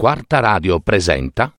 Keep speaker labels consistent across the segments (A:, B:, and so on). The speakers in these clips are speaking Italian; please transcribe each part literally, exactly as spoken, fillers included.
A: Quarta Radio presenta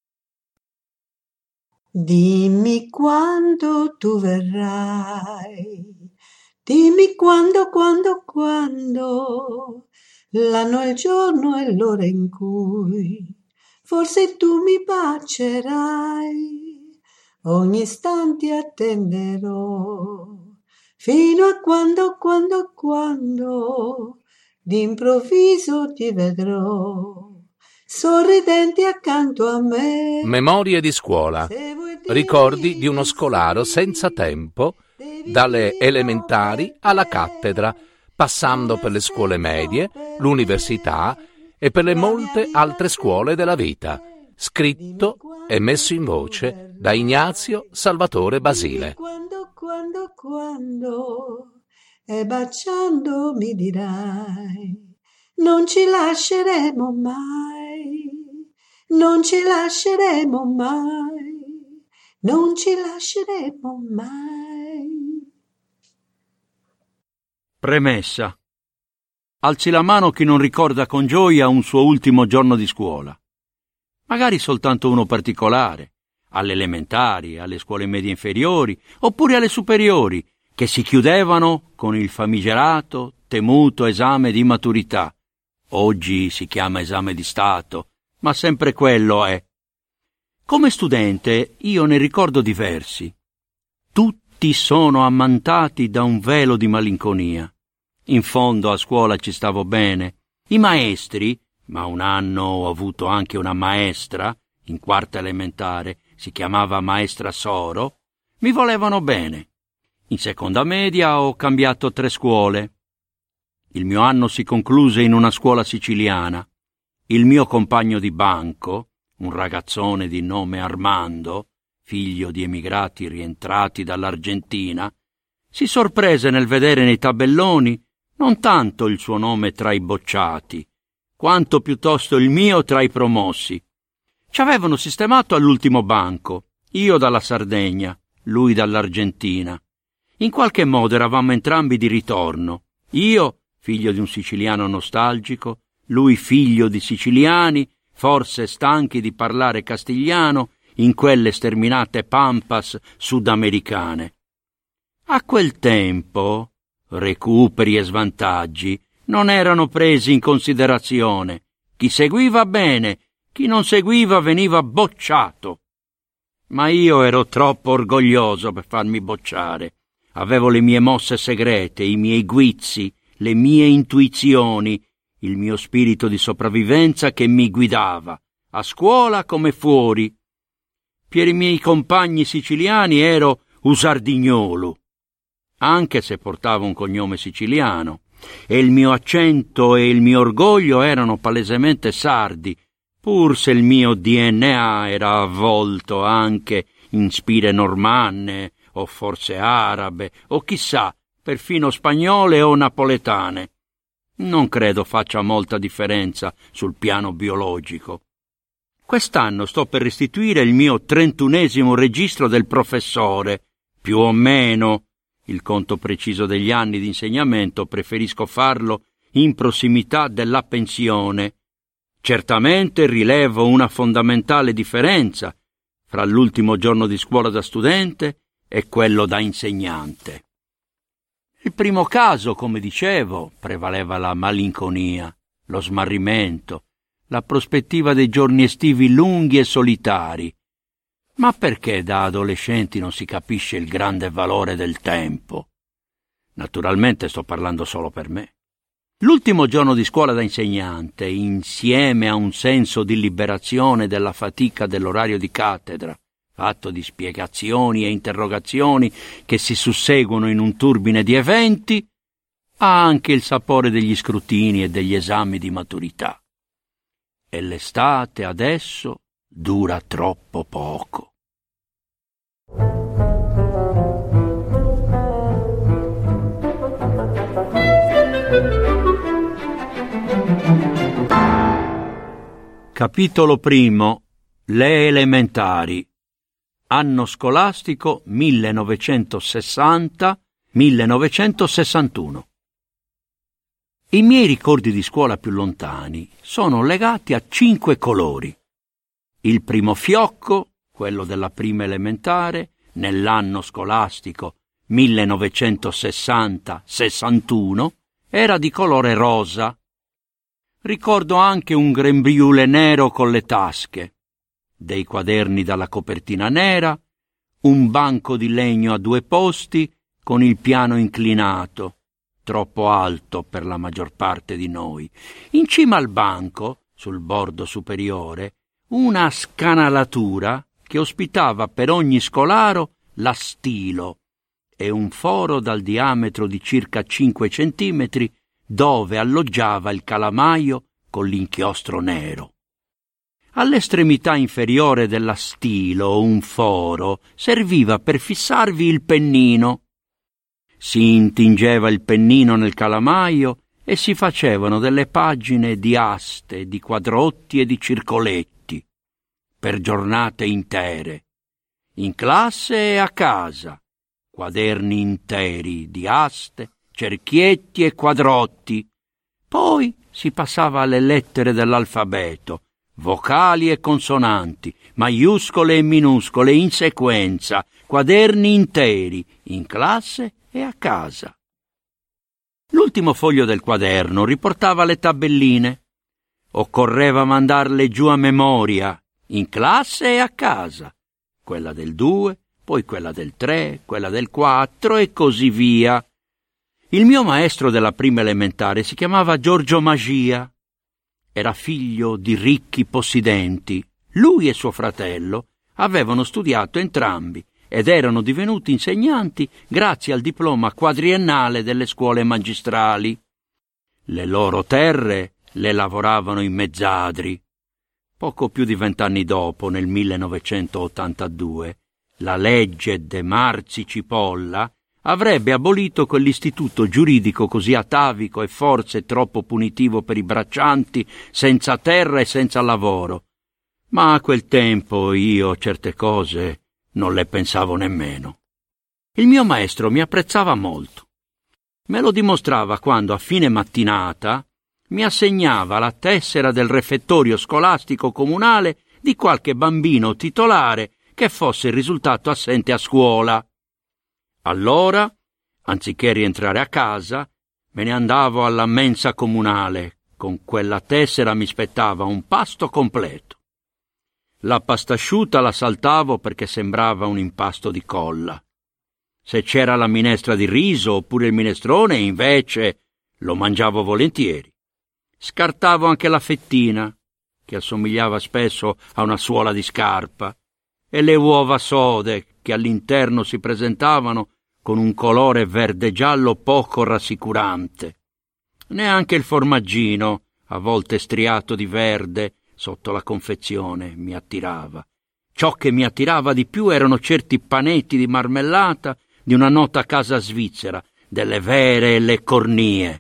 B: Dimmi quando tu verrai, dimmi quando, quando, quando, l'anno, il giorno e l'ora in cui forse tu mi bacerai, ogni istante attenderò, fino a quando, quando, quando, d'improvviso ti vedrò, sorridenti accanto a me.
A: Memorie di scuola. Ricordi di uno scolaro senza tempo, dalle elementari alla cattedra, passando per le scuole medie, l'università e per le molte altre scuole della vita. Scritto e messo in voce da Ignazio Salvatore Basile.
B: Quando, quando, quando, e baciando mi dirai, non ci lasceremo mai, non ci lasceremo mai, non ci lasceremo mai.
C: Premessa. Alzi la mano chi non ricorda con gioia un suo ultimo giorno di scuola. Magari soltanto uno particolare, alle elementari, alle scuole medie inferiori, oppure alle superiori, che si chiudevano con il famigerato, temuto esame di maturità. Oggi si chiama esame di Stato, ma sempre quello è. Come studente io ne ricordo diversi. Tutti sono ammantati da un velo di malinconia. In fondo a scuola ci stavo bene. I maestri, ma un anno ho avuto anche una maestra, in quarta elementare, si chiamava maestra Soro, mi volevano bene. In seconda media ho cambiato tre scuole. Il mio anno si concluse in una scuola siciliana. Il mio compagno di banco, un ragazzone di nome Armando, figlio di emigrati rientrati dall'Argentina, si sorprese nel vedere nei tabelloni non tanto il suo nome tra i bocciati, quanto piuttosto il mio tra i promossi. Ci avevano sistemato all'ultimo banco, io dalla Sardegna, lui dall'Argentina. In qualche modo eravamo entrambi di ritorno, io figlio di un siciliano nostalgico, lui figlio di siciliani, forse stanchi di parlare castigliano in quelle sterminate pampas sudamericane. A quel tempo recuperi e svantaggi non erano presi in considerazione. Chi seguiva bene, chi non seguiva veniva bocciato. Ma io ero troppo orgoglioso per farmi bocciare. Avevo le mie mosse segrete, i miei guizzi, le mie intuizioni, il mio spirito di sopravvivenza che mi guidava, a scuola come fuori. Per i miei compagni siciliani ero Usardignolo, anche se portavo un cognome siciliano, e il mio accento e il mio orgoglio erano palesemente sardi, pur se il mio D N A era avvolto anche in spire normanne, o forse arabe, o chissà, perfino spagnole o napoletane. Non credo faccia molta differenza sul piano biologico. Quest'anno sto per restituire il mio trentunesimo registro del professore, più o meno. Il conto preciso degli anni di insegnamento preferisco farlo in prossimità della pensione. Certamente rilevo una fondamentale differenza fra l'ultimo giorno di scuola da studente e quello da insegnante. Il primo caso, come dicevo, prevaleva la malinconia, lo smarrimento, la prospettiva dei giorni estivi lunghi e solitari. Ma perché da adolescenti non si capisce il grande valore del tempo? Naturalmente sto parlando solo per me. L'ultimo giorno di scuola da insegnante, insieme a un senso di liberazione dalla fatica dell'orario di cattedra, fatto di spiegazioni e interrogazioni che si susseguono in un turbine di eventi, ha anche il sapore degli scrutini e degli esami di maturità. E l'estate adesso dura troppo poco. Capitolo primo. Le elementari. Anno scolastico millenovecentosessanta millenovecentosessantuno. I miei ricordi di scuola più lontani sono legati a cinque colori. Il primo fiocco, quello della prima elementare, nell'anno scolastico millenovecentosessanta sessantuno, era di colore rosa. Ricordo anche un grembiule nero con le tasche, dei quaderni dalla copertina nera, un banco di legno a due posti con il piano inclinato, troppo alto per la maggior parte di noi. In cima al banco, sul bordo superiore, una scanalatura che ospitava per ogni scolaro la stilo e un foro dal diametro di circa cinque centimetri dove alloggiava il calamaio con l'inchiostro nero. All'estremità inferiore della stilo un foro serviva per fissarvi il pennino. Si intingeva il pennino nel calamaio e si facevano delle pagine di aste, di quadrotti e di circoletti, per giornate intere, in classe e a casa, quaderni interi di aste, cerchietti e quadrotti. Poi si passava alle lettere dell'alfabeto, vocali e consonanti, maiuscole e minuscole in sequenza, quaderni interi, in classe e a casa. L'ultimo foglio del quaderno riportava le tabelline. Occorreva mandarle giù a memoria, in classe e a casa, quella del due, poi quella del tre, quella del quattro e così via. Il mio maestro della prima elementare si chiamava Giorgio Magia. Era figlio di ricchi possidenti. Lui e suo fratello avevano studiato entrambi ed erano divenuti insegnanti grazie al diploma quadriennale delle scuole magistrali. Le loro terre le lavoravano in mezzadri. Poco più di vent'anni dopo, nel millenovecentottantadue, la legge De Marzi-Cipolla avrebbe abolito quell'istituto giuridico così atavico e forse troppo punitivo per i braccianti, senza terra e senza lavoro. Ma a quel tempo io certe cose non le pensavo nemmeno. Il mio maestro mi apprezzava molto. Me lo dimostrava quando a fine mattinata mi assegnava la tessera del refettorio scolastico comunale di qualche bambino titolare che fosse risultato assente a scuola. Allora, anziché rientrare a casa, me ne andavo alla mensa comunale. Con quella tessera mi spettava un pasto completo. La pasta asciutta la saltavo perché sembrava un impasto di colla. Se c'era la minestra di riso oppure il minestrone, invece, lo mangiavo volentieri. Scartavo anche la fettina, che assomigliava spesso a una suola di scarpa, e le uova sode, che all'interno si presentavano con un colore verde-giallo poco rassicurante. Neanche il formaggino, a volte striato di verde, sotto la confezione, mi attirava. Ciò che mi attirava di più erano certi panetti di marmellata di una nota casa svizzera, delle vere le cornie.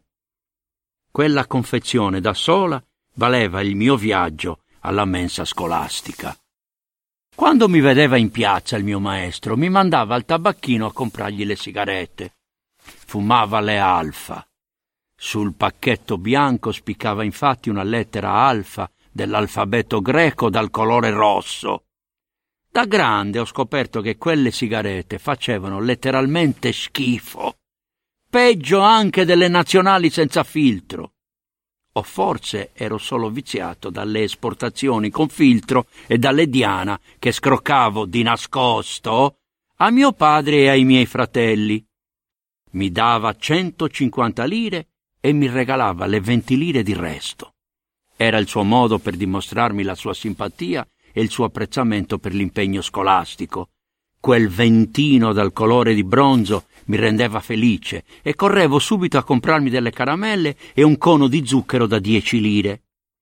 C: Quella confezione da sola valeva il mio viaggio alla mensa scolastica. Quando mi vedeva in piazza il mio maestro, mi mandava al tabacchino a comprargli le sigarette. Fumava le Alfa. Sul pacchetto bianco spiccava infatti una lettera alfa dell'alfabeto greco dal colore rosso. Da grande ho scoperto che quelle sigarette facevano letteralmente schifo, peggio anche delle nazionali senza filtro. O forse ero solo viziato dalle esportazioni con filtro e dalle Diana che scroccavo di nascosto a mio padre e ai miei fratelli. Mi dava centocinquanta lire e mi regalava le venti lire di resto. Era il suo modo per dimostrarmi la sua simpatia e il suo apprezzamento per l'impegno scolastico. Quel ventino dal colore di bronzo mi rendeva felice e correvo subito a comprarmi delle caramelle e un cono di zucchero da dieci lire.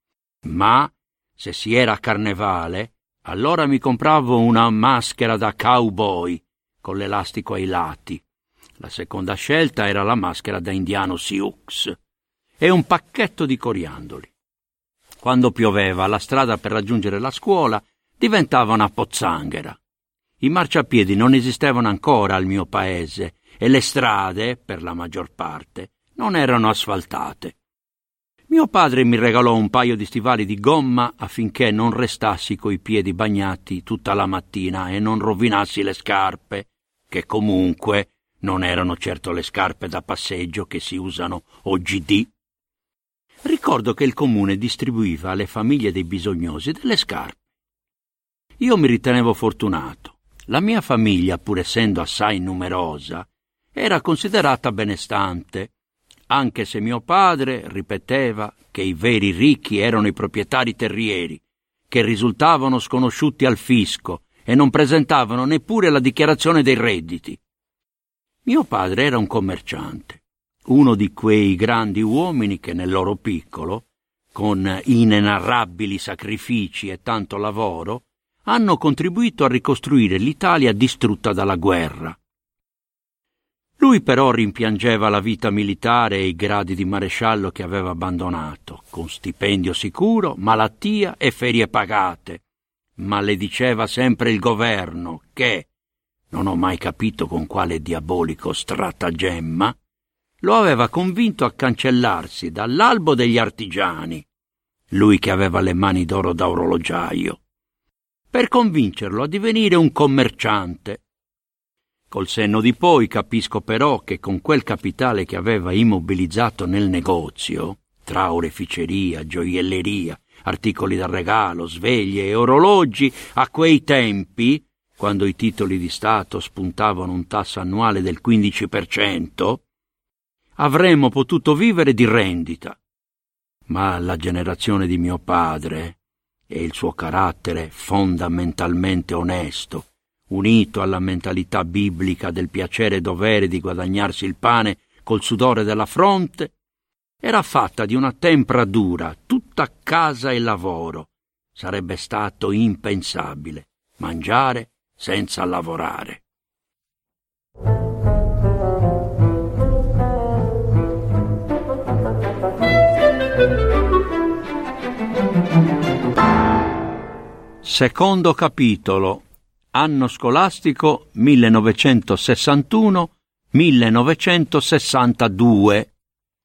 C: Ma, se si era a carnevale, allora mi compravo una maschera da cowboy con l'elastico ai lati. La seconda scelta era la maschera da indiano Sioux e un pacchetto di coriandoli. Quando pioveva, la strada per raggiungere la scuola diventava una pozzanghera. I marciapiedi non esistevano ancora al mio paese e le strade, per la maggior parte, non erano asfaltate. Mio padre mi regalò un paio di stivali di gomma affinché non restassi coi piedi bagnati tutta la mattina e non rovinassi le scarpe, che comunque non erano certo le scarpe da passeggio che si usano oggidì. Ricordo che il comune distribuiva alle famiglie dei bisognosi delle scarpe. Io mi ritenevo fortunato. La mia famiglia, pur essendo assai numerosa, era considerata benestante, anche se mio padre ripeteva che i veri ricchi erano i proprietari terrieri, che risultavano sconosciuti al fisco e non presentavano neppure la dichiarazione dei redditi. Mio padre era un commerciante, uno di quei grandi uomini che nel loro piccolo, con inenarrabili sacrifici e tanto lavoro, hanno contribuito a ricostruire l'Italia distrutta dalla guerra. Lui però rimpiangeva la vita militare e i gradi di maresciallo che aveva abbandonato, con stipendio sicuro, malattia e ferie pagate, malediceva sempre il governo che, non ho mai capito con quale diabolico stratagemma, lo aveva convinto a cancellarsi dall'albo degli artigiani, lui che aveva le mani d'oro da orologiaio, per convincerlo a divenire un commerciante. Col senno di poi capisco però che con quel capitale che aveva immobilizzato nel negozio, tra oreficeria, gioielleria, articoli da regalo, sveglie e orologi, a quei tempi, quando i titoli di Stato spuntavano un tasso annuale del quindici per cento, avremmo potuto vivere di rendita. Ma la generazione di mio padre e il suo carattere fondamentalmente onesto, unito alla mentalità biblica del piacere e dovere di guadagnarsi il pane col sudore della fronte, era fatta di una tempra dura, tutta casa e lavoro. Sarebbe stato impensabile mangiare senza lavorare. Secondo capitolo. Anno scolastico millenovecentosessantuno millenovecentosessantadue.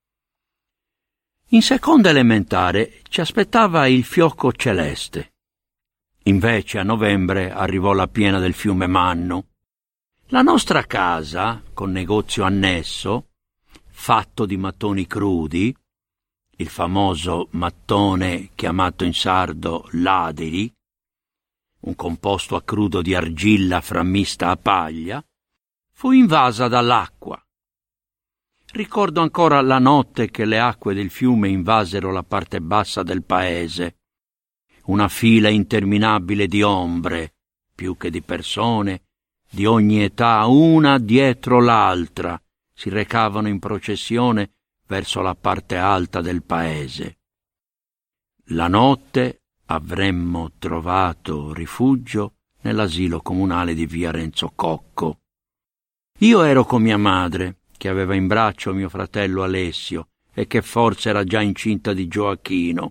C: In seconda elementare ci aspettava il fiocco celeste. Invece a novembre arrivò la piena del fiume Mannu. La nostra casa, con negozio annesso, fatto di mattoni crudi, il famoso mattone chiamato in sardo laderi, un composto a crudo di argilla frammista a paglia, fu invasa dall'acqua. Ricordo ancora la notte che le acque del fiume invasero la parte bassa del paese. Una fila interminabile di ombre, più che di persone, di ogni età, una dietro l'altra, si recavano in processione verso la parte alta del paese. La notte avremmo trovato rifugio nell'asilo comunale di via Renzo Cocco. Io ero con mia madre, che aveva in braccio mio fratello Alessio e che forse era già incinta di Gioacchino.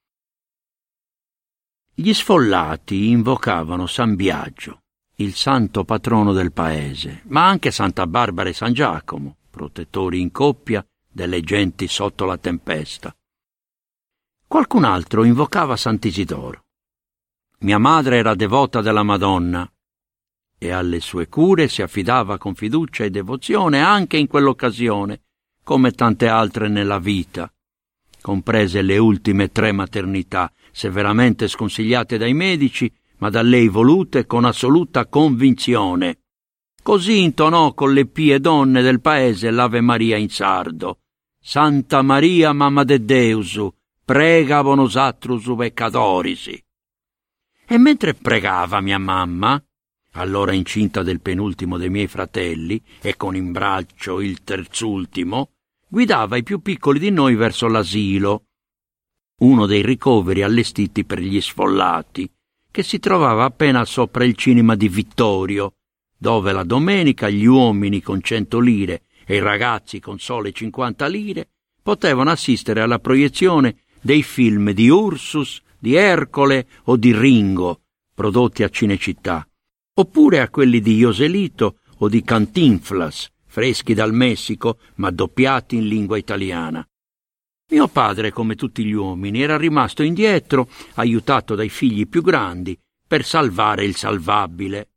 C: Gli sfollati invocavano San Biagio, il santo patrono del paese, ma anche Santa Barbara e San Giacomo, protettori in coppia delle genti sotto la tempesta. Qualcun altro invocava Sant'Isidoro. Mia madre era devota della Madonna e alle sue cure si affidava con fiducia e devozione anche in quell'occasione, come tante altre nella vita, comprese le ultime tre maternità, severamente sconsigliate dai medici, ma da lei volute con assoluta convinzione. Così intonò con le pie donne del paese l'Ave Maria in sardo. Santa Maria, Mamma de Deusu, prega bonosatrus peccadorisi. E mentre pregava mia mamma, allora incinta del penultimo dei miei fratelli e con in braccio il terzultimo, guidava i più piccoli di noi verso l'asilo, uno dei ricoveri allestiti per gli sfollati, che si trovava appena sopra il cinema di Vittorio, dove la domenica gli uomini con cento lire e i ragazzi con sole cinquanta lire potevano assistere alla proiezione dei film di Ursus, di Ercole o di Ringo, prodotti a Cinecittà, oppure a quelli di Joselito o di Cantinflas, freschi dal Messico ma doppiati in lingua italiana. Mio padre, come tutti gli uomini, era rimasto indietro, aiutato dai figli più grandi, per salvare il salvabile.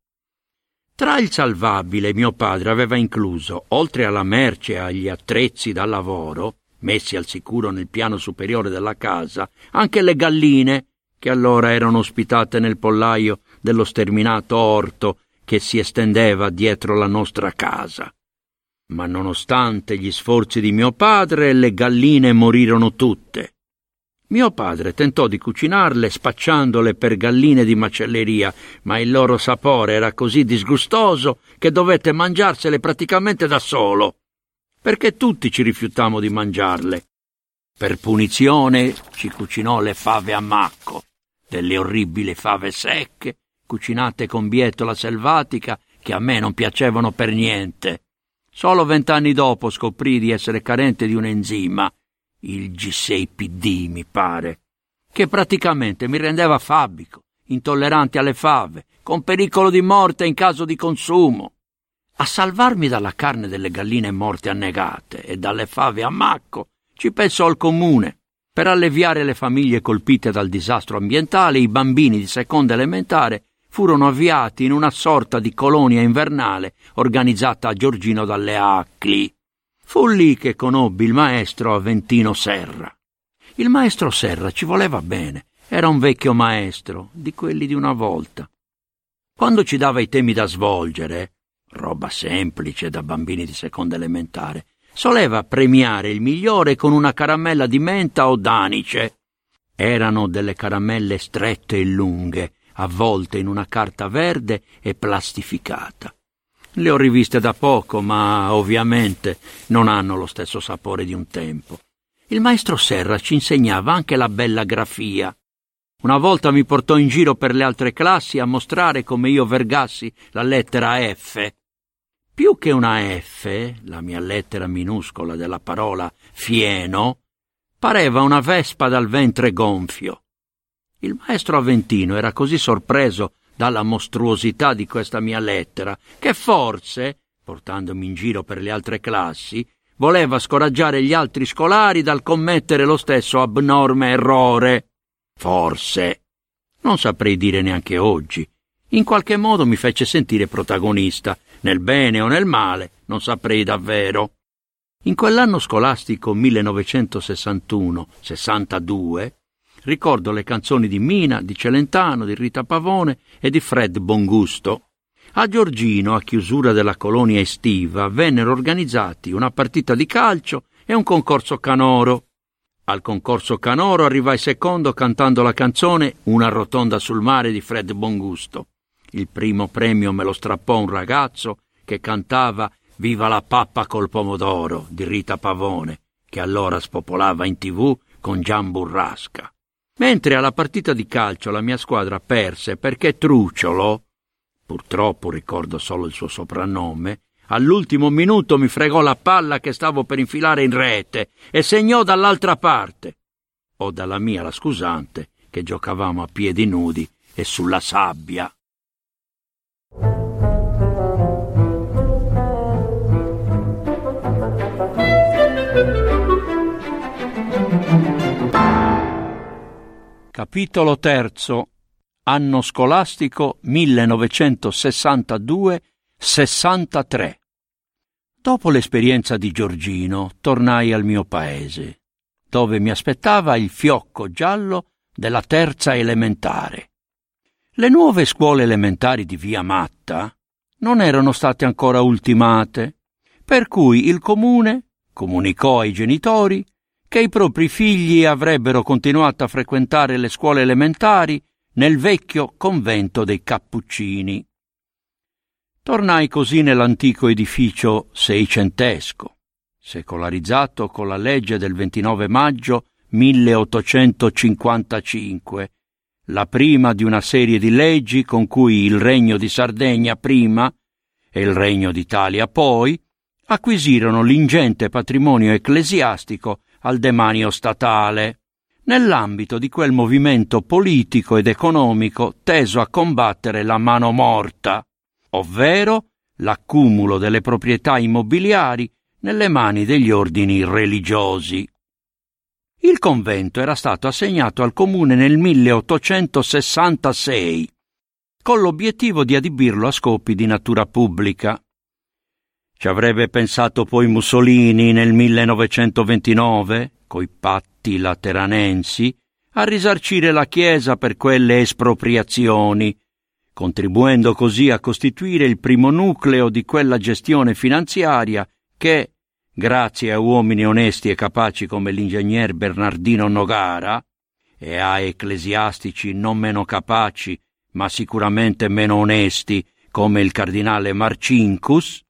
C: Tra il salvabile mio padre aveva incluso, oltre alla merce e agli attrezzi da lavoro, messi al sicuro nel piano superiore della casa, anche le galline, che allora erano ospitate nel pollaio dello sterminato orto che si estendeva dietro la nostra casa. Ma nonostante gli sforzi di mio padre, le galline morirono tutte. Mio padre tentò di cucinarle spacciandole per galline di macelleria, ma il loro sapore era così disgustoso che dovette mangiarsele praticamente da solo, perché tutti ci rifiutammo di mangiarle. Per punizione ci cucinò le fave a macco, delle orribili fave secche, cucinate con bietola selvatica, che a me non piacevano per niente. Solo vent'anni dopo scoprì di essere carente di un enzima, il G sei P D mi pare, che praticamente mi rendeva fabico, intollerante alle fave, con pericolo di morte in caso di consumo. A salvarmi dalla carne delle galline morte annegate e dalle fave a macco ci pensò il comune. Per alleviare le famiglie colpite dal disastro ambientale, i bambini di seconda elementare furono avviati in una sorta di colonia invernale organizzata a Giorgino dalle Acli. Fu lì che conobbi il maestro Aventino Serra. Il maestro Serra ci voleva bene, era un vecchio maestro, di quelli di una volta. Quando ci dava i temi da svolgere, roba semplice da bambini di seconda elementare, soleva premiare il migliore con una caramella di menta o d'anice. Erano delle caramelle strette e lunghe, avvolte in una carta verde e plastificata. Le ho riviste da poco, ma ovviamente non hanno lo stesso sapore di un tempo. Il maestro Serra ci insegnava anche la bella grafia. Una volta mi portò in giro per le altre classi a mostrare come io vergassi la lettera F. Più che una F, la mia lettera minuscola della parola fieno, pareva una vespa dal ventre gonfio. Il maestro Aventino era così sorpreso dalla mostruosità di questa mia lettera che forse, portandomi in giro per le altre classi, voleva scoraggiare gli altri scolari dal commettere lo stesso abnorme errore. Forse. Non saprei dire neanche oggi. In qualche modo mi fece sentire protagonista, nel bene o nel male, non saprei davvero. In quell'anno scolastico millenovecentosessantuno sessantadue ricordo le canzoni di Mina, di Celentano, di Rita Pavone e di Fred Bongusto. A Giorgino, a chiusura della colonia estiva, vennero organizzati una partita di calcio e un concorso canoro. Al concorso canoro arrivai secondo cantando la canzone Una rotonda sul mare di Fred Bongusto. Il primo premio me lo strappò un ragazzo che cantava Viva la pappa col pomodoro di Rita Pavone, che allora spopolava in tivù con Gian Burrasca. Mentre alla partita di calcio la mia squadra perse perché Trucciolo, purtroppo ricordo solo il suo soprannome, all'ultimo minuto mi fregò la palla che stavo per infilare in rete e segnò dall'altra parte. O dalla mia la scusante, che giocavamo a piedi nudi e sulla sabbia. Capitolo terzo. Anno scolastico millenovecentosessantadue sessantatré. Dopo l'esperienza di Giorgino, tornai al mio paese, dove mi aspettava il fiocco giallo della terza elementare. Le nuove scuole elementari di Via Matta non erano state ancora ultimate, per cui il comune comunicò ai genitori che i propri figli avrebbero continuato a frequentare le scuole elementari nel vecchio convento dei Cappuccini. Tornai così nell'antico edificio seicentesco, secolarizzato con la legge del ventinove maggio milleottocentocinquantacinque, la prima di una serie di leggi con cui il Regno di Sardegna prima e il Regno d'Italia poi acquisirono l'ingente patrimonio ecclesiastico al demanio statale, nell'ambito di quel movimento politico ed economico teso a combattere la mano morta, ovvero l'accumulo delle proprietà immobiliari nelle mani degli ordini religiosi. Il convento era stato assegnato al comune nel milleottocentosessantasei, con l'obiettivo di adibirlo a scopi di natura pubblica. Ci avrebbe pensato poi Mussolini nel millenovecentoventinove, coi patti lateranensi, a risarcire la Chiesa per quelle espropriazioni, contribuendo così a costituire il primo nucleo di quella gestione finanziaria che, grazie a uomini onesti e capaci come l'ingegner Bernardino Nogara e a ecclesiastici non meno capaci ma sicuramente meno onesti come il cardinale Marcinkus,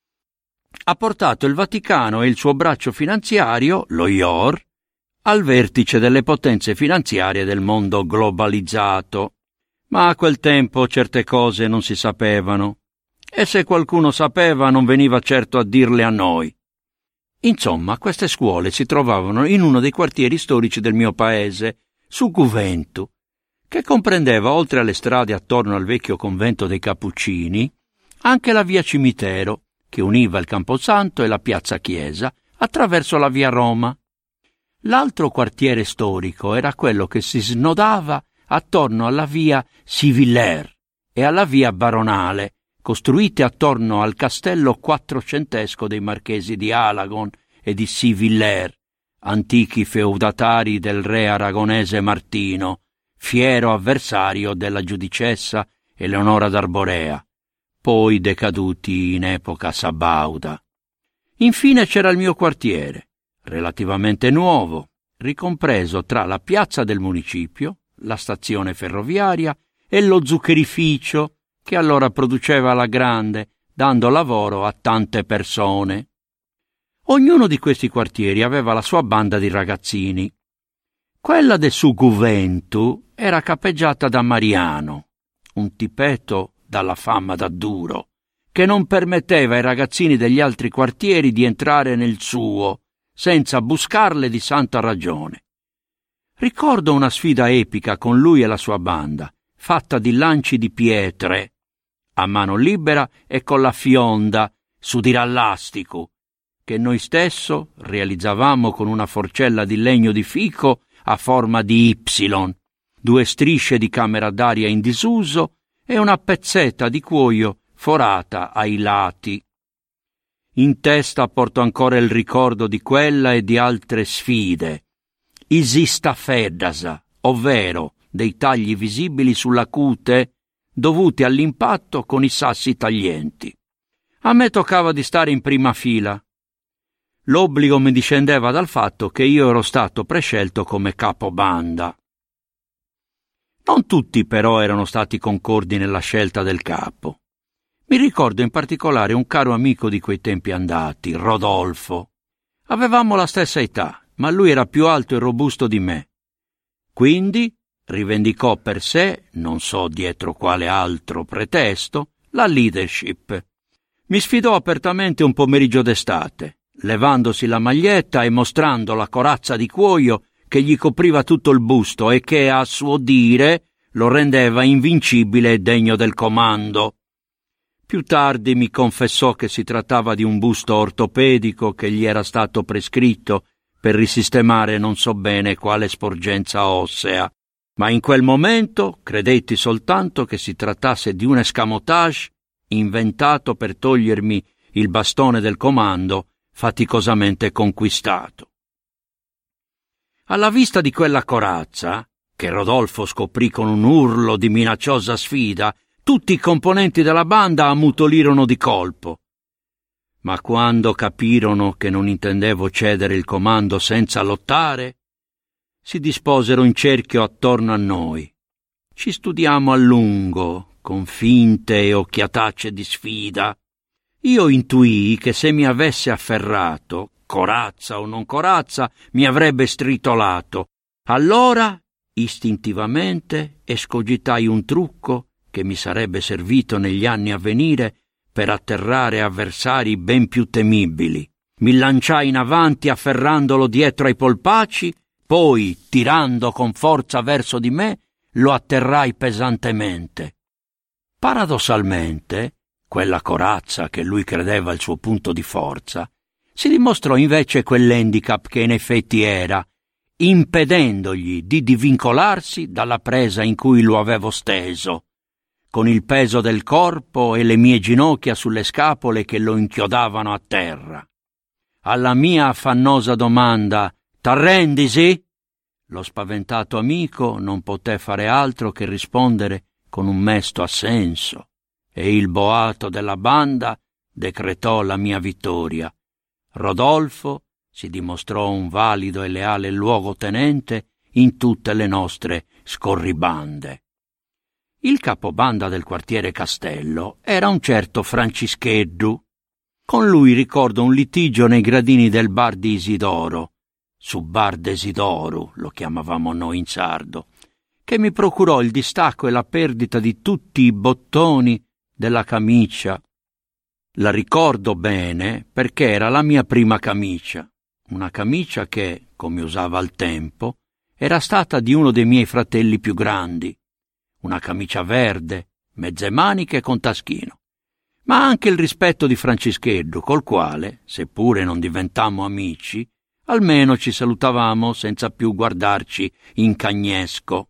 C: ha portato il Vaticano e il suo braccio finanziario, lo I O R, al vertice delle potenze finanziarie del mondo globalizzato. Ma a quel tempo certe cose non si sapevano, e se qualcuno sapeva non veniva certo a dirle a noi. Insomma, queste scuole si trovavano in uno dei quartieri storici del mio paese, su Guventu, che comprendeva, oltre alle strade attorno al vecchio convento dei Cappuccini, anche la via Cimitero, che univa il Camposanto e la piazza Chiesa attraverso la via Roma. L'altro quartiere storico era quello che si snodava attorno alla via Civillère e alla via Baronale, costruite attorno al castello quattrocentesco dei marchesi di Alagon e di Civillère, antichi feudatari del re aragonese Martino, fiero avversario della giudicessa Eleonora d'Arborea, poi decaduti in epoca sabauda. Infine c'era il mio quartiere, relativamente nuovo, ricompreso tra la piazza del municipio, la stazione ferroviaria e lo zuccherificio che allora produceva alla grande, dando lavoro a tante persone. Ognuno di questi quartieri aveva la sua banda di ragazzini. Quella del su Guventu era capeggiata da Mariano, un tipetto dalla fama da duro, che non permetteva ai ragazzini degli altri quartieri di entrare nel suo, senza buscarle di santa ragione. Ricordo una sfida epica con lui e la sua banda, fatta di lanci di pietre, a mano libera e con la fionda, su dirallastico, che noi stesso realizzavamo con una forcella di legno di fico a forma di Y, due strisce di camera d'aria in disuso e una pezzetta di cuoio forata ai lati. In testa porto ancora il ricordo di quella e di altre sfide, i zistafedasa, ovvero dei tagli visibili sulla cute dovuti all'impatto con i sassi taglienti. A me toccava di stare in prima fila. L'obbligo mi discendeva dal fatto che io ero stato prescelto come capobanda. Non tutti però erano stati concordi nella scelta del capo. Mi ricordo in particolare un caro amico di quei tempi andati, Rodolfo. Avevamo la stessa età, ma lui era più alto e robusto di me. Quindi rivendicò per sé, non so dietro quale altro pretesto, la leadership. Mi sfidò apertamente un pomeriggio d'estate, levandosi la maglietta e mostrando la corazza di cuoio che gli copriva tutto il busto e che, a suo dire, lo rendeva invincibile e degno del comando. Più tardi mi confessò che si trattava di un busto ortopedico che gli era stato prescritto per risistemare non so bene quale sporgenza ossea, ma in quel momento credetti soltanto che si trattasse di un escamotage inventato per togliermi il bastone del comando faticosamente conquistato. Alla vista di quella corazza, che Rodolfo scoprì con un urlo di minacciosa sfida, tutti i componenti della banda ammutolirono di colpo. Ma quando capirono che non intendevo cedere il comando senza lottare, si disposero in cerchio attorno a noi. Ci studiamo a lungo, con finte e occhiatacce di sfida. Io intuii che se mi avesse afferrato, corazza o non corazza, mi avrebbe stritolato. Allora, istintivamente, escogitai un trucco che mi sarebbe servito negli anni a venire per atterrare avversari ben più temibili. Mi lanciai in avanti afferrandolo dietro ai polpacci, poi, tirando con forza verso di me, lo atterrai pesantemente. Paradossalmente, quella corazza che lui credeva il suo punto di forza, si dimostrò invece quell'handicap che in effetti era, impedendogli di divincolarsi dalla presa in cui lo avevo steso, con il peso del corpo e le mie ginocchia sulle scapole che lo inchiodavano a terra. Alla mia affannosa domanda «T'arrendisi?» lo spaventato amico non poté fare altro che rispondere con un mesto assenso, e il boato della banda decretò la mia vittoria. Rodolfo si dimostrò un valido e leale luogotenente in tutte le nostre scorribande. Il capobanda del quartiere Castello era un certo Francischeddu. Con lui ricordo un litigio nei gradini del bar di Isidoro, su bar d'Esidoru lo chiamavamo noi in sardo, che mi procurò il distacco e la perdita di tutti i bottoni della camicia. La ricordo bene perché era la mia prima camicia, una camicia che, come usava al tempo, era stata di uno dei miei fratelli più grandi, una camicia verde, mezze maniche con taschino, ma anche il rispetto di Francischeddu, col quale, seppure non diventammo amici, almeno ci salutavamo senza più guardarci in cagnesco.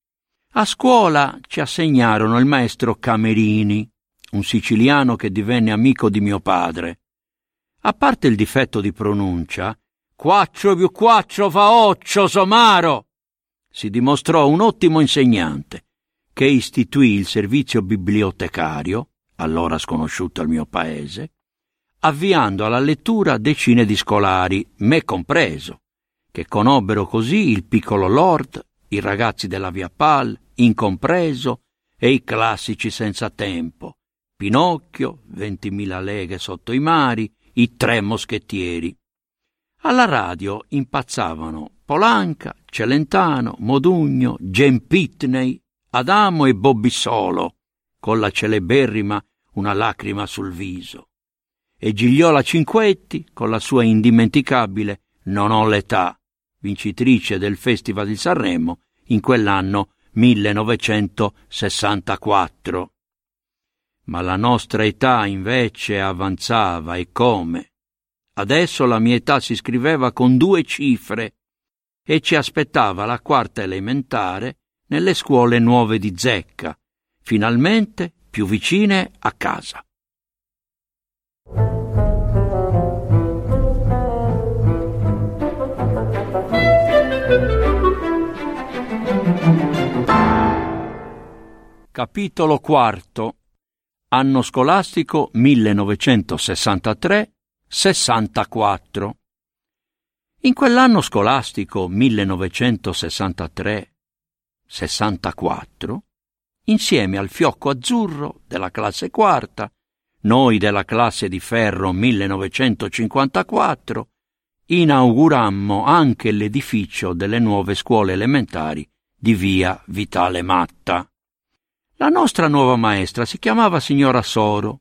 C: A scuola ci assegnarono il maestro Camerini, un siciliano che divenne amico di mio padre. A parte il difetto di pronuncia, quattro più quattro fa occio, somaro, si dimostrò un ottimo insegnante, che istituì il servizio bibliotecario, allora sconosciuto al mio paese, avviando alla lettura decine di scolari, me compreso, che conobbero così il piccolo Lord, i ragazzi della Via Pal, incompreso, e i classici senza tempo, Pinocchio, ventimila leghe sotto i mari, i tre moschettieri. Alla radio impazzavano Polanca, Celentano, Modugno, Gen Pitney, Adamo e Bobby Solo, con la celeberrima Una lacrima sul viso, e Gigliola Cinquetti con la sua indimenticabile Non ho l'età, vincitrice del Festival di Sanremo in quell'anno millenovecentosessantaquattro. Ma la nostra età invece avanzava, e come. Adesso la mia età si scriveva con due cifre e ci aspettava la quarta elementare nelle scuole nuove di Zecca, finalmente più vicine a casa. Capitolo quarto. Anno scolastico millenovecentosessantatré sessantaquattro. In quell'anno scolastico millenovecentosessantatré sessantaquattro, insieme al fiocco azzurro della classe quarta, noi della classe di ferro millenovecentocinquantaquattro, inaugurammo anche l'edificio delle nuove scuole elementari di via Vitale Matta. La nostra nuova maestra si chiamava signora Soro.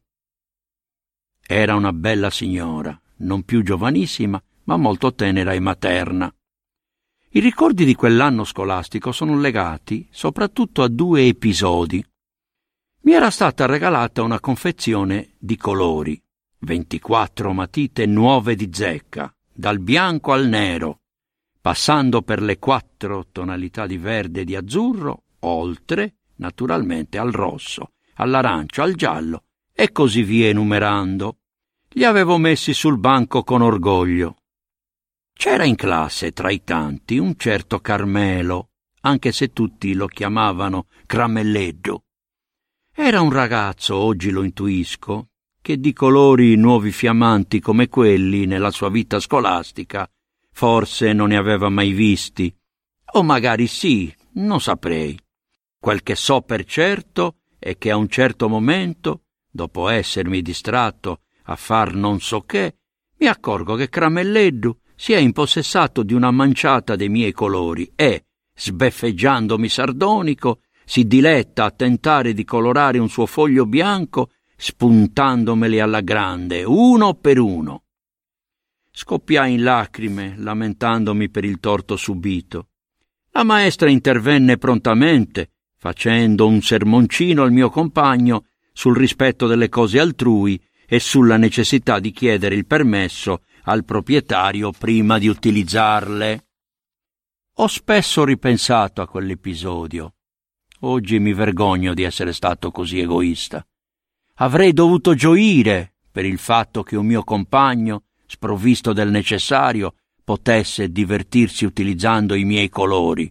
C: Era una bella signora, non più giovanissima, ma molto tenera e materna. I ricordi di quell'anno scolastico sono legati soprattutto a due episodi. Mi era stata regalata una confezione di colori, ventiquattro matite nuove di Zecca, dal bianco al nero, passando per le quattro tonalità di verde e di azzurro, oltre naturalmente al rosso, all'arancio, al giallo e così via enumerando. Li avevo messi sul banco con orgoglio. C'era in classe, tra i tanti, un certo Carmelo, anche se tutti lo chiamavano Cramelleddo. Era un ragazzo, oggi lo intuisco, che di colori nuovi fiammanti come quelli nella sua vita scolastica forse non ne aveva mai visti, o magari sì, non saprei. Quel che so per certo è che a un certo momento, dopo essermi distratto a far non so che, mi accorgo che Cramelleddu si è impossessato di una manciata dei miei colori e, sbeffeggiandomi sardonico, si diletta a tentare di colorare un suo foglio bianco spuntandomeli alla grande, uno per uno. Scoppiai in lacrime, lamentandomi per il torto subito. La maestra intervenne prontamente, facendo un sermoncino al mio compagno sul rispetto delle cose altrui e sulla necessità di chiedere il permesso al proprietario prima di utilizzarle. Ho spesso ripensato a quell'episodio. Oggi mi vergogno di essere stato così egoista. Avrei dovuto gioire per il fatto che un mio compagno, sprovvisto del necessario, potesse divertirsi utilizzando i miei colori.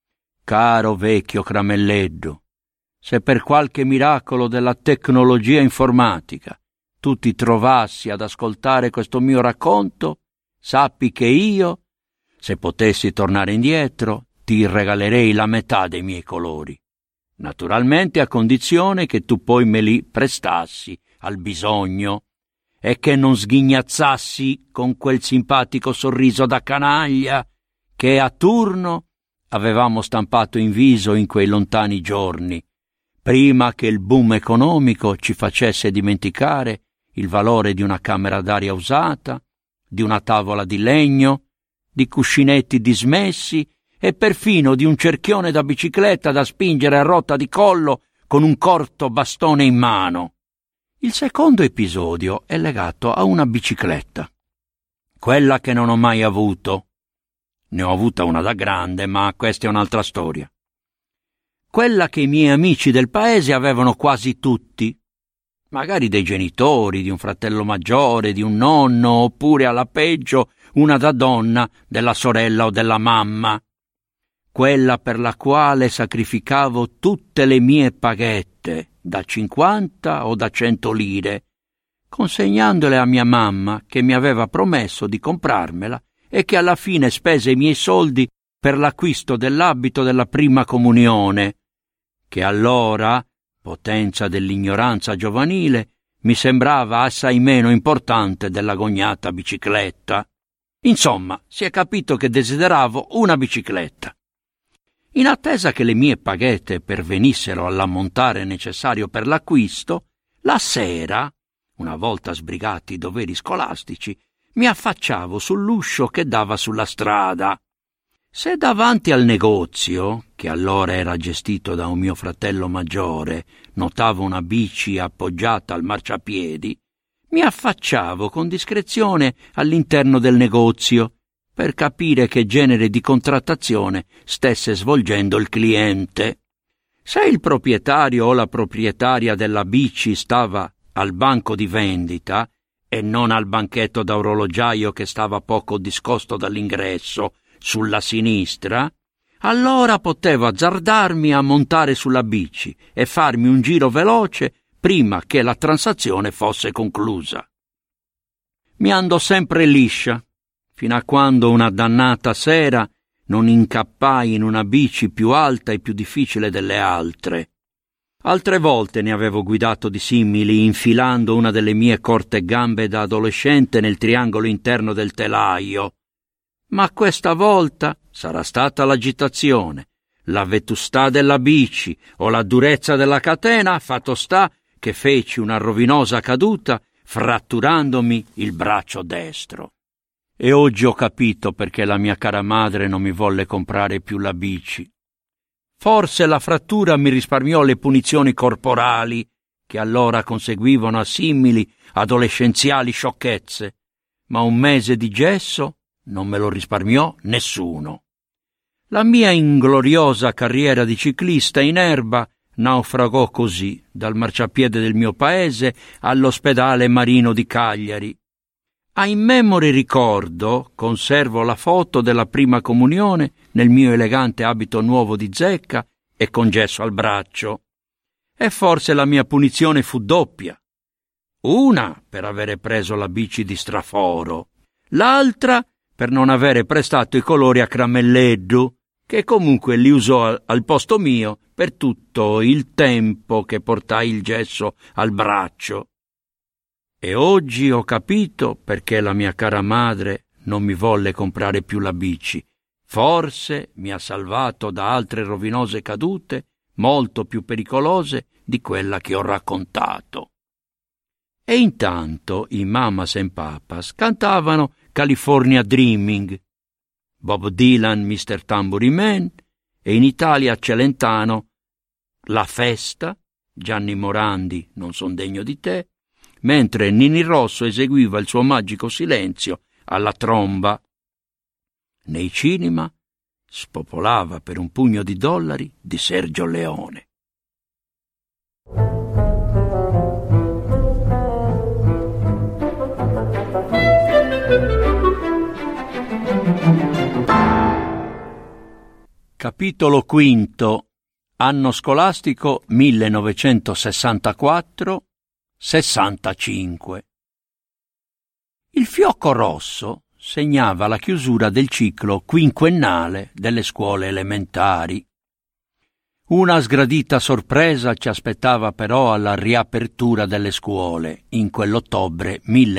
C: Caro vecchio Cramelleddu, se per qualche miracolo della tecnologia informatica tu ti trovassi ad ascoltare questo mio racconto, sappi che io, se potessi tornare indietro, ti regalerei la metà dei miei colori. Naturalmente a condizione che tu poi me li prestassi al bisogno e che non sghignazzassi con quel simpatico sorriso da canaglia che a turno avevamo stampato in viso in quei lontani giorni, prima che il boom economico ci facesse dimenticare il valore di una camera d'aria usata, di una tavola di legno, di cuscinetti dismessi e perfino di un cerchione da bicicletta da spingere a rotta di collo con un corto bastone in mano. Il secondo episodio è legato a una bicicletta, quella che non ho mai avuto. Ne ho avuta una da grande, ma questa è un'altra storia. Quella che i miei amici del paese avevano quasi tutti, magari dei genitori, di un fratello maggiore, di un nonno, oppure alla peggio una da donna della sorella o della mamma. Quella per la quale sacrificavo tutte le mie paghette, da cinquanta o da cento lire, consegnandole a mia mamma che mi aveva promesso di comprarmela e che alla fine spese i miei soldi per l'acquisto dell'abito della prima comunione, che allora, potenza dell'ignoranza giovanile, mi sembrava assai meno importante dell'agognata bicicletta. Insomma, si è capito che desideravo una bicicletta. In attesa che le mie paghette pervenissero all'ammontare necessario per l'acquisto, la sera, una volta sbrigati i doveri scolastici, mi affacciavo sull'uscio che dava sulla strada. Se davanti al negozio, che allora era gestito da un mio fratello maggiore, notavo una bici appoggiata al marciapiedi, mi affacciavo con discrezione all'interno del negozio per capire che genere di contrattazione stesse svolgendo il cliente. Se il proprietario o la proprietaria della bici stava al banco di vendita e non al banchetto da orologiaio che stava poco discosto dall'ingresso, sulla sinistra, allora potevo azzardarmi a montare sulla bici e farmi un giro veloce prima che la transazione fosse conclusa. Mi andò sempre liscia, fino a quando una dannata sera non incappai in una bici più alta e più difficile delle altre. Altre volte ne avevo guidato di simili infilando una delle mie corte gambe da adolescente nel triangolo interno del telaio, ma questa volta sarà stata l'agitazione, la vetustà della bici o la durezza della catena, fatto sta che feci una rovinosa caduta fratturandomi il braccio destro. E oggi ho capito perché la mia cara madre non mi volle comprare più la bici. Forse la frattura mi risparmiò le punizioni corporali che allora conseguivano a simili adolescenziali sciocchezze, ma un mese di gesso non me lo risparmiò nessuno. La mia ingloriosa carriera di ciclista in erba naufragò così dal marciapiede del mio paese all'ospedale marino di Cagliari. A immemore ricordo conservo la foto della prima comunione nel mio elegante abito nuovo di zecca e con gesso al braccio. E forse la mia punizione fu doppia. Una per avere preso la bici di straforo, l'altra per non avere prestato i colori a Cramelleddu, che comunque li usò al posto mio per tutto il tempo che portai il gesso al braccio. E oggi ho capito perché la mia cara madre non mi volle comprare più la bici. Forse mi ha salvato da altre rovinose cadute, molto più pericolose di quella che ho raccontato. E intanto i Mamas and Papas cantavano California Dreaming, Bob Dylan mister Tambourine Man e in Italia Celentano La Festa, Gianni Morandi Non son degno di te, mentre Nini Rosso eseguiva il suo magico silenzio alla tromba. Nei cinema spopolava per un pugno di dollari di Sergio Leone. Capitolo quinto. Anno scolastico millenovecentosessantaquattro sessantacinque. Il fiocco rosso segnava la chiusura del ciclo quinquennale delle scuole elementari. Una sgradita sorpresa ci aspettava però alla riapertura delle scuole in quell'ottobre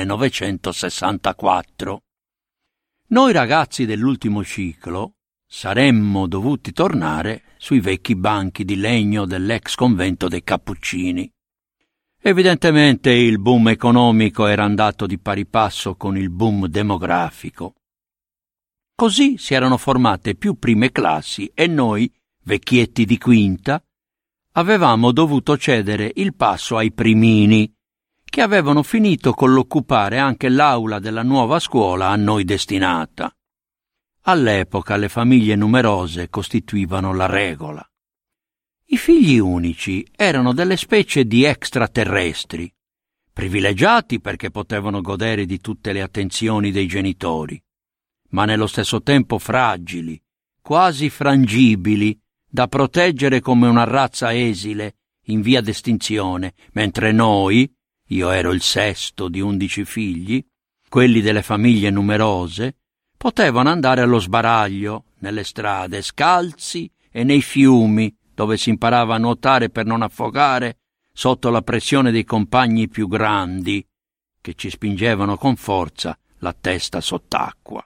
C: millenovecentosessantaquattro. Noi ragazzi dell'ultimo ciclo saremmo dovuti tornare sui vecchi banchi di legno dell'ex convento dei Cappuccini. Evidentemente il boom economico era andato di pari passo con il boom demografico. Così si erano formate più prime classi e noi, vecchietti di quinta, avevamo dovuto cedere il passo ai primini, che avevano finito con l'occupare anche l'aula della nuova scuola a noi destinata. All'epoca le famiglie numerose costituivano la regola. I figli unici erano delle specie di extraterrestri, privilegiati perché potevano godere di tutte le attenzioni dei genitori, ma nello stesso tempo fragili, quasi frangibili, da proteggere come una razza esile in via d'estinzione, mentre noi, io ero il sesto di undici figli, quelli delle famiglie numerose, potevano andare allo sbaraglio, nelle strade, scalzi e nei fiumi, dove si imparava a nuotare per non affogare sotto la pressione dei compagni più grandi, che ci spingevano con forza la testa sott'acqua.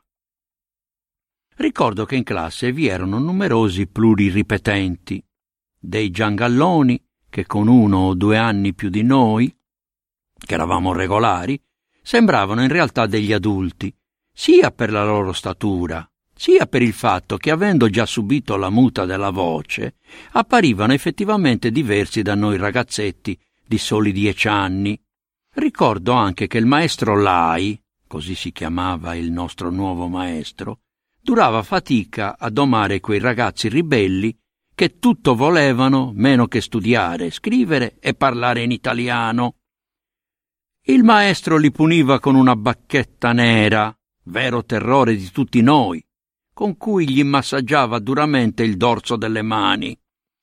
C: Ricordo che in classe vi erano numerosi pluriripetenti, dei giangalloni che con uno o due anni più di noi, che eravamo regolari, sembravano in realtà degli adulti, sia per la loro statura, sia per il fatto che, avendo già subito la muta della voce, apparivano effettivamente diversi da noi ragazzetti di soli dieci anni. Ricordo anche che il maestro Lai, così si chiamava il nostro nuovo maestro, durava fatica a domare quei ragazzi ribelli che tutto volevano meno che studiare, scrivere e parlare in italiano. Il maestro li puniva con una bacchetta nera, vero terrore di tutti noi, con cui gli massaggiava duramente il dorso delle mani.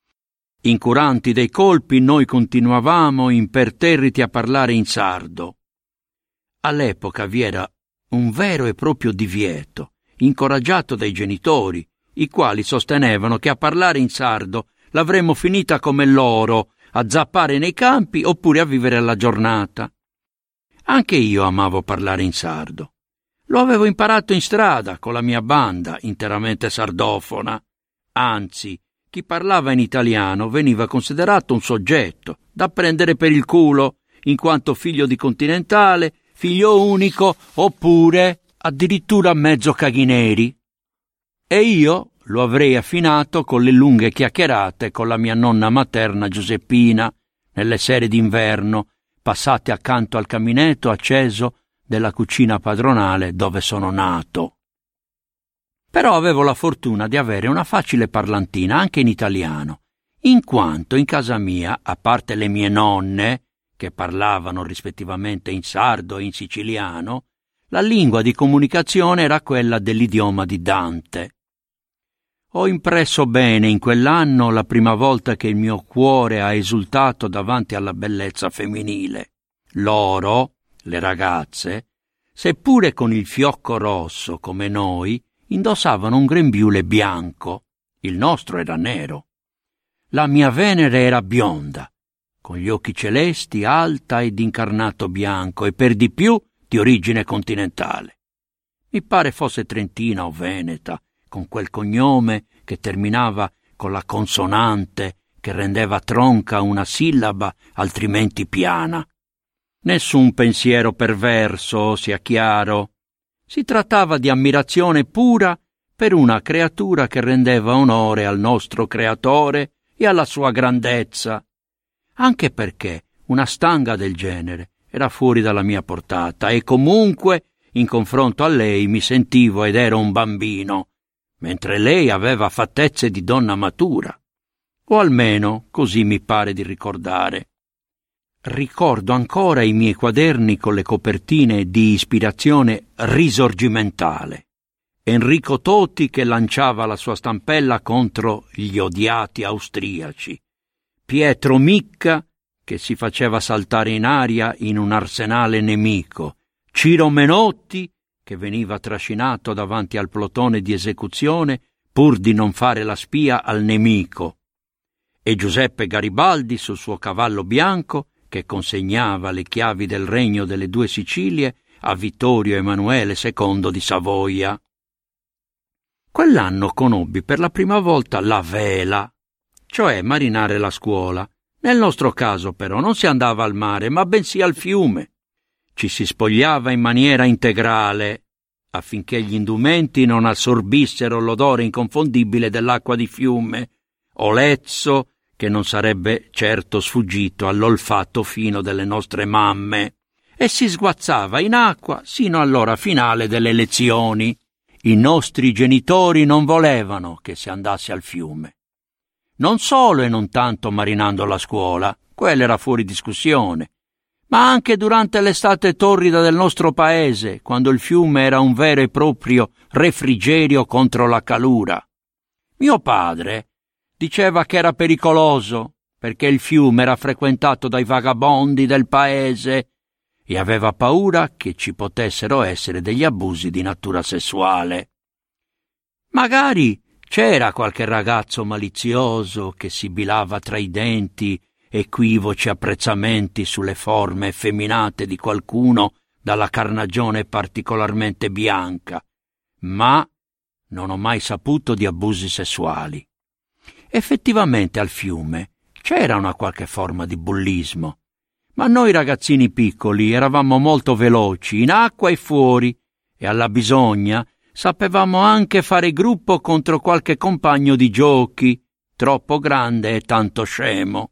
C: Incuranti dei colpi, noi continuavamo imperterriti a parlare in sardo. All'epoca vi era un vero e proprio divieto, incoraggiato dai genitori, i quali sostenevano che a parlare in sardo l'avremmo finita come loro, a zappare nei campi oppure a vivere la giornata. Anche io amavo parlare in sardo. Lo avevo imparato in strada con la mia banda, interamente sardofona. Anzi, chi parlava in italiano veniva considerato un soggetto da prendere per il culo, in quanto figlio di continentale, figlio unico, oppure addirittura mezzo caghineri. E io lo avrei affinato con le lunghe chiacchierate con la mia nonna materna Giuseppina, nelle sere d'inverno, passate accanto al caminetto acceso della cucina padronale dove sono nato. Però avevo la fortuna di avere una facile parlantina anche in italiano, in quanto in casa mia, a parte le mie nonne, che parlavano rispettivamente in sardo e in siciliano, la lingua di comunicazione era quella dell'idioma di Dante. Ho impresso bene in quell'anno la prima volta che il mio cuore ha esultato davanti alla bellezza femminile. Loro, le ragazze, seppure con il fiocco rosso come noi, indossavano un grembiule bianco. Il nostro era nero. La mia Venere era bionda, con gli occhi celesti, alta ed incarnato bianco e per di più di origine continentale. Mi pare fosse trentina o veneta, con quel cognome che terminava con la consonante che rendeva tronca una sillaba altrimenti piana. Nessun pensiero perverso, sia chiaro. Si trattava di ammirazione pura per una creatura che rendeva onore al nostro creatore e alla sua grandezza, anche perché una stanga del genere era fuori dalla mia portata e comunque, in confronto a lei, mi sentivo ed ero un bambino, mentre lei aveva fattezze di donna matura, o almeno così mi pare di ricordare. Ricordo ancora i miei quaderni con le copertine di ispirazione risorgimentale. Enrico Totti che lanciava la sua stampella contro gli odiati austriaci, Pietro Micca che si faceva saltare in aria in un arsenale nemico, Ciro Menotti che veniva trascinato davanti al plotone di esecuzione pur di non fare la spia al nemico, e Giuseppe Garibaldi sul suo cavallo bianco che consegnava le chiavi del regno delle due Sicilie a Vittorio Emanuele secondo di Savoia. Quell'anno conobbi per la prima volta la vela, cioè marinare la scuola. Nel nostro caso però non si andava al mare, ma bensì al fiume. Ci si spogliava in maniera integrale, affinché gli indumenti non assorbissero l'odore inconfondibile dell'acqua di fiume, olezzo che non sarebbe certo sfuggito all'olfatto fino delle nostre mamme, e si sguazzava in acqua sino all'ora finale delle lezioni. I nostri genitori non volevano che si andasse al fiume. Non solo e non tanto marinando la scuola, quella era fuori discussione, ma anche durante l'estate torrida del nostro paese, quando il fiume era un vero e proprio refrigerio contro la calura. Mio padre diceva che era pericoloso, perché il fiume era frequentato dai vagabondi del paese e aveva paura che ci potessero essere degli abusi di natura sessuale. Magari c'era qualche ragazzo malizioso che sibilava tra i denti equivoci apprezzamenti sulle forme effeminate di qualcuno dalla carnagione particolarmente bianca, ma non ho mai saputo di abusi sessuali. Effettivamente al fiume c'era una qualche forma di bullismo, ma noi ragazzini piccoli eravamo molto veloci in acqua e fuori, e alla bisogna sapevamo anche fare gruppo contro qualche compagno di giochi, troppo grande e tanto scemo.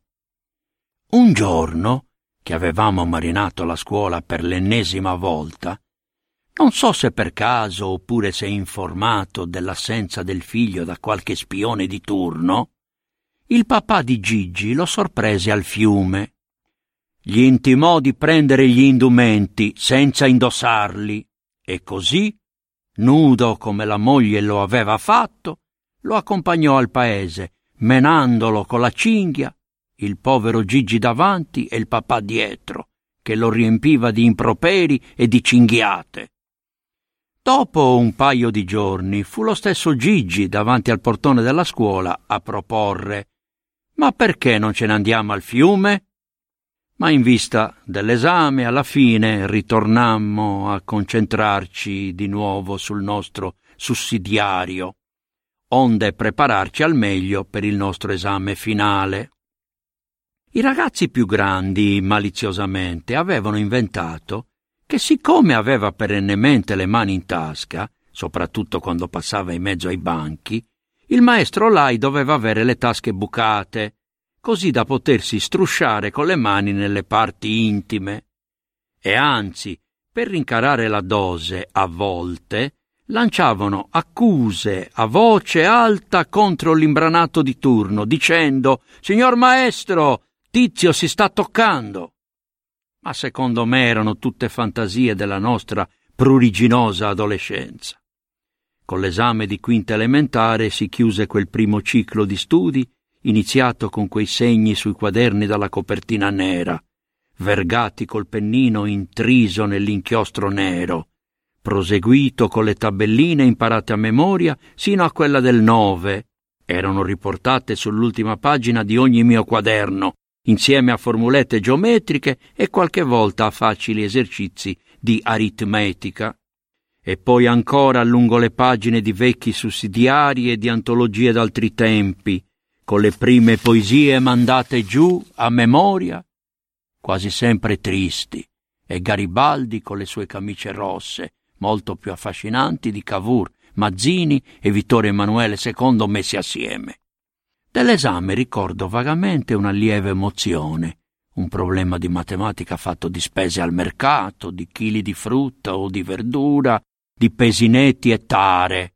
C: Un giorno, che avevamo marinato la scuola per l'ennesima volta, non so se per caso oppure se informato dell'assenza del figlio da qualche spione di turno, il papà di Gigi lo sorprese al fiume. Gli intimò di prendere gli indumenti senza indossarli e così, nudo come la moglie lo aveva fatto, lo accompagnò al paese, menandolo con la cinghia, il povero Gigi davanti e il papà dietro, che lo riempiva di improperi e di cinghiate. Dopo un paio di giorni fu lo stesso Gigi davanti al portone della scuola a proporre: «Ma perché non ce ne andiamo al fiume?» Ma in vista dell'esame, alla fine ritornammo a concentrarci di nuovo sul nostro sussidiario, onde prepararci al meglio per il nostro esame finale. I ragazzi più grandi, maliziosamente, avevano inventato che siccome aveva perennemente le mani in tasca, soprattutto quando passava in mezzo ai banchi, il maestro Lai doveva avere le tasche bucate, così da potersi strusciare con le mani nelle parti intime. E anzi, per rincarare la dose, a volte, lanciavano accuse a voce alta contro l'imbranato di turno, dicendo: «Signor maestro, Tizio si sta toccando!» Ma secondo me erano tutte fantasie della nostra pruriginosa adolescenza. Con l'esame di quinta elementare si chiuse quel primo ciclo di studi, iniziato con quei segni sui quaderni dalla copertina nera, vergati col pennino intriso nell'inchiostro nero, proseguito con le tabelline imparate a memoria sino a quella del nove. Erano riportate sull'ultima pagina di ogni mio quaderno, insieme a formulette geometriche e qualche volta a facili esercizi di aritmetica. E poi ancora lungo le pagine di vecchi sussidiari e di antologie d'altri tempi, con le prime poesie mandate giù a memoria, quasi sempre tristi, e Garibaldi con le sue camicie rosse, molto più affascinanti di Cavour, Mazzini e Vittorio Emanuele secondo messi assieme. Dell'esame ricordo vagamente una lieve emozione, un problema di matematica fatto di spese al mercato, di chili di frutta o di verdura, di pesi netti e tare.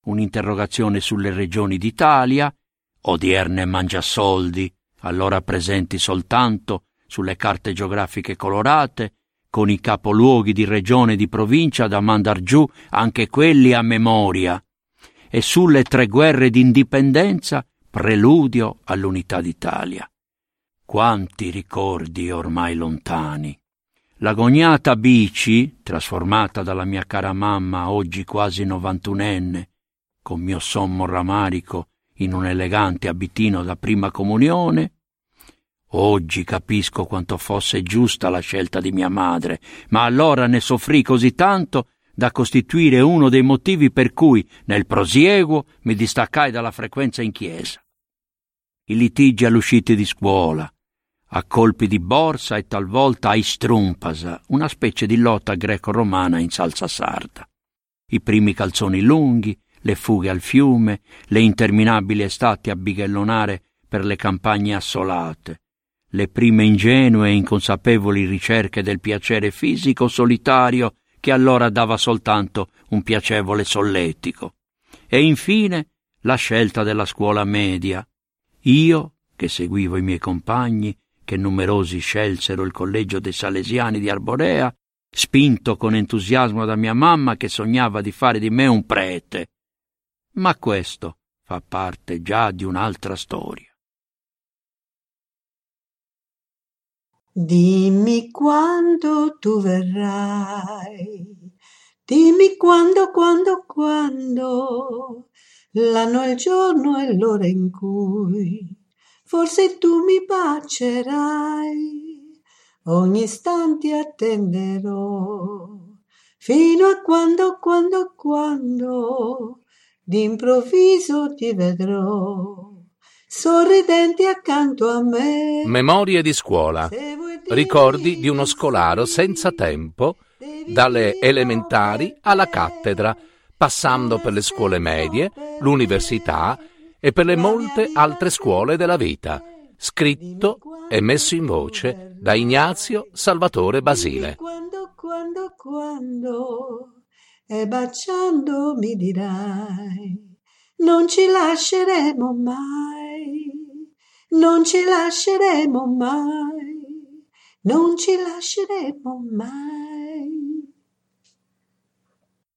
C: un'interrogazione sulle regioni d'Italia, odierne mangiasoldi, allora presenti soltanto sulle carte geografiche colorate, con i capoluoghi di regione e di provincia da mandar giù anche quelli a memoria, e sulle tre guerre d'indipendenza, preludio all'unità d'Italia. Quanti ricordi ormai lontani! L'agognata bici, trasformata dalla mia cara mamma, oggi quasi novantunenne, con mio sommo rammarico, in un elegante abitino da prima comunione. Oggi capisco quanto fosse giusta la scelta di mia madre, ma allora ne soffrì così tanto da costituire uno dei motivi per cui, nel prosieguo, mi distaccai dalla frequenza in chiesa. I litigi all'uscita di scuola, a colpi di borsa e talvolta a istrumpasa, una specie di lotta greco-romana in salsa sarda. I primi calzoni lunghi, le fughe al fiume, le interminabili estati a bighellonare per le campagne assolate, le prime ingenue e inconsapevoli ricerche del piacere fisico solitario che allora dava soltanto un piacevole solletico. E infine la scelta della scuola media. Io, che seguivo i miei compagni, che numerosi scelsero il collegio dei Salesiani di Arborea, spinto con entusiasmo da mia mamma che sognava di fare di me un prete. Ma questo fa parte già di un'altra storia.
B: Dimmi quando tu verrai, dimmi quando, quando, quando, l'anno, il giorno e l'ora in cui forse tu mi bacerai, ogni istante attenderò, fino a quando, quando, quando, d'improvviso ti vedrò, sorridenti accanto a me.
A: Memorie di scuola. Ricordi di uno scolaro senza tempo, dalle elementari alla cattedra, passando per le scuole medie, l'università e per le molte altre scuole della vita. Scritto e messo in voce da Ignazio Salvatore Basile.
B: Quando, quando, quando, e baciando mi dirai, non ci lasceremo mai, non ci lasceremo mai, non ci lasceremo mai.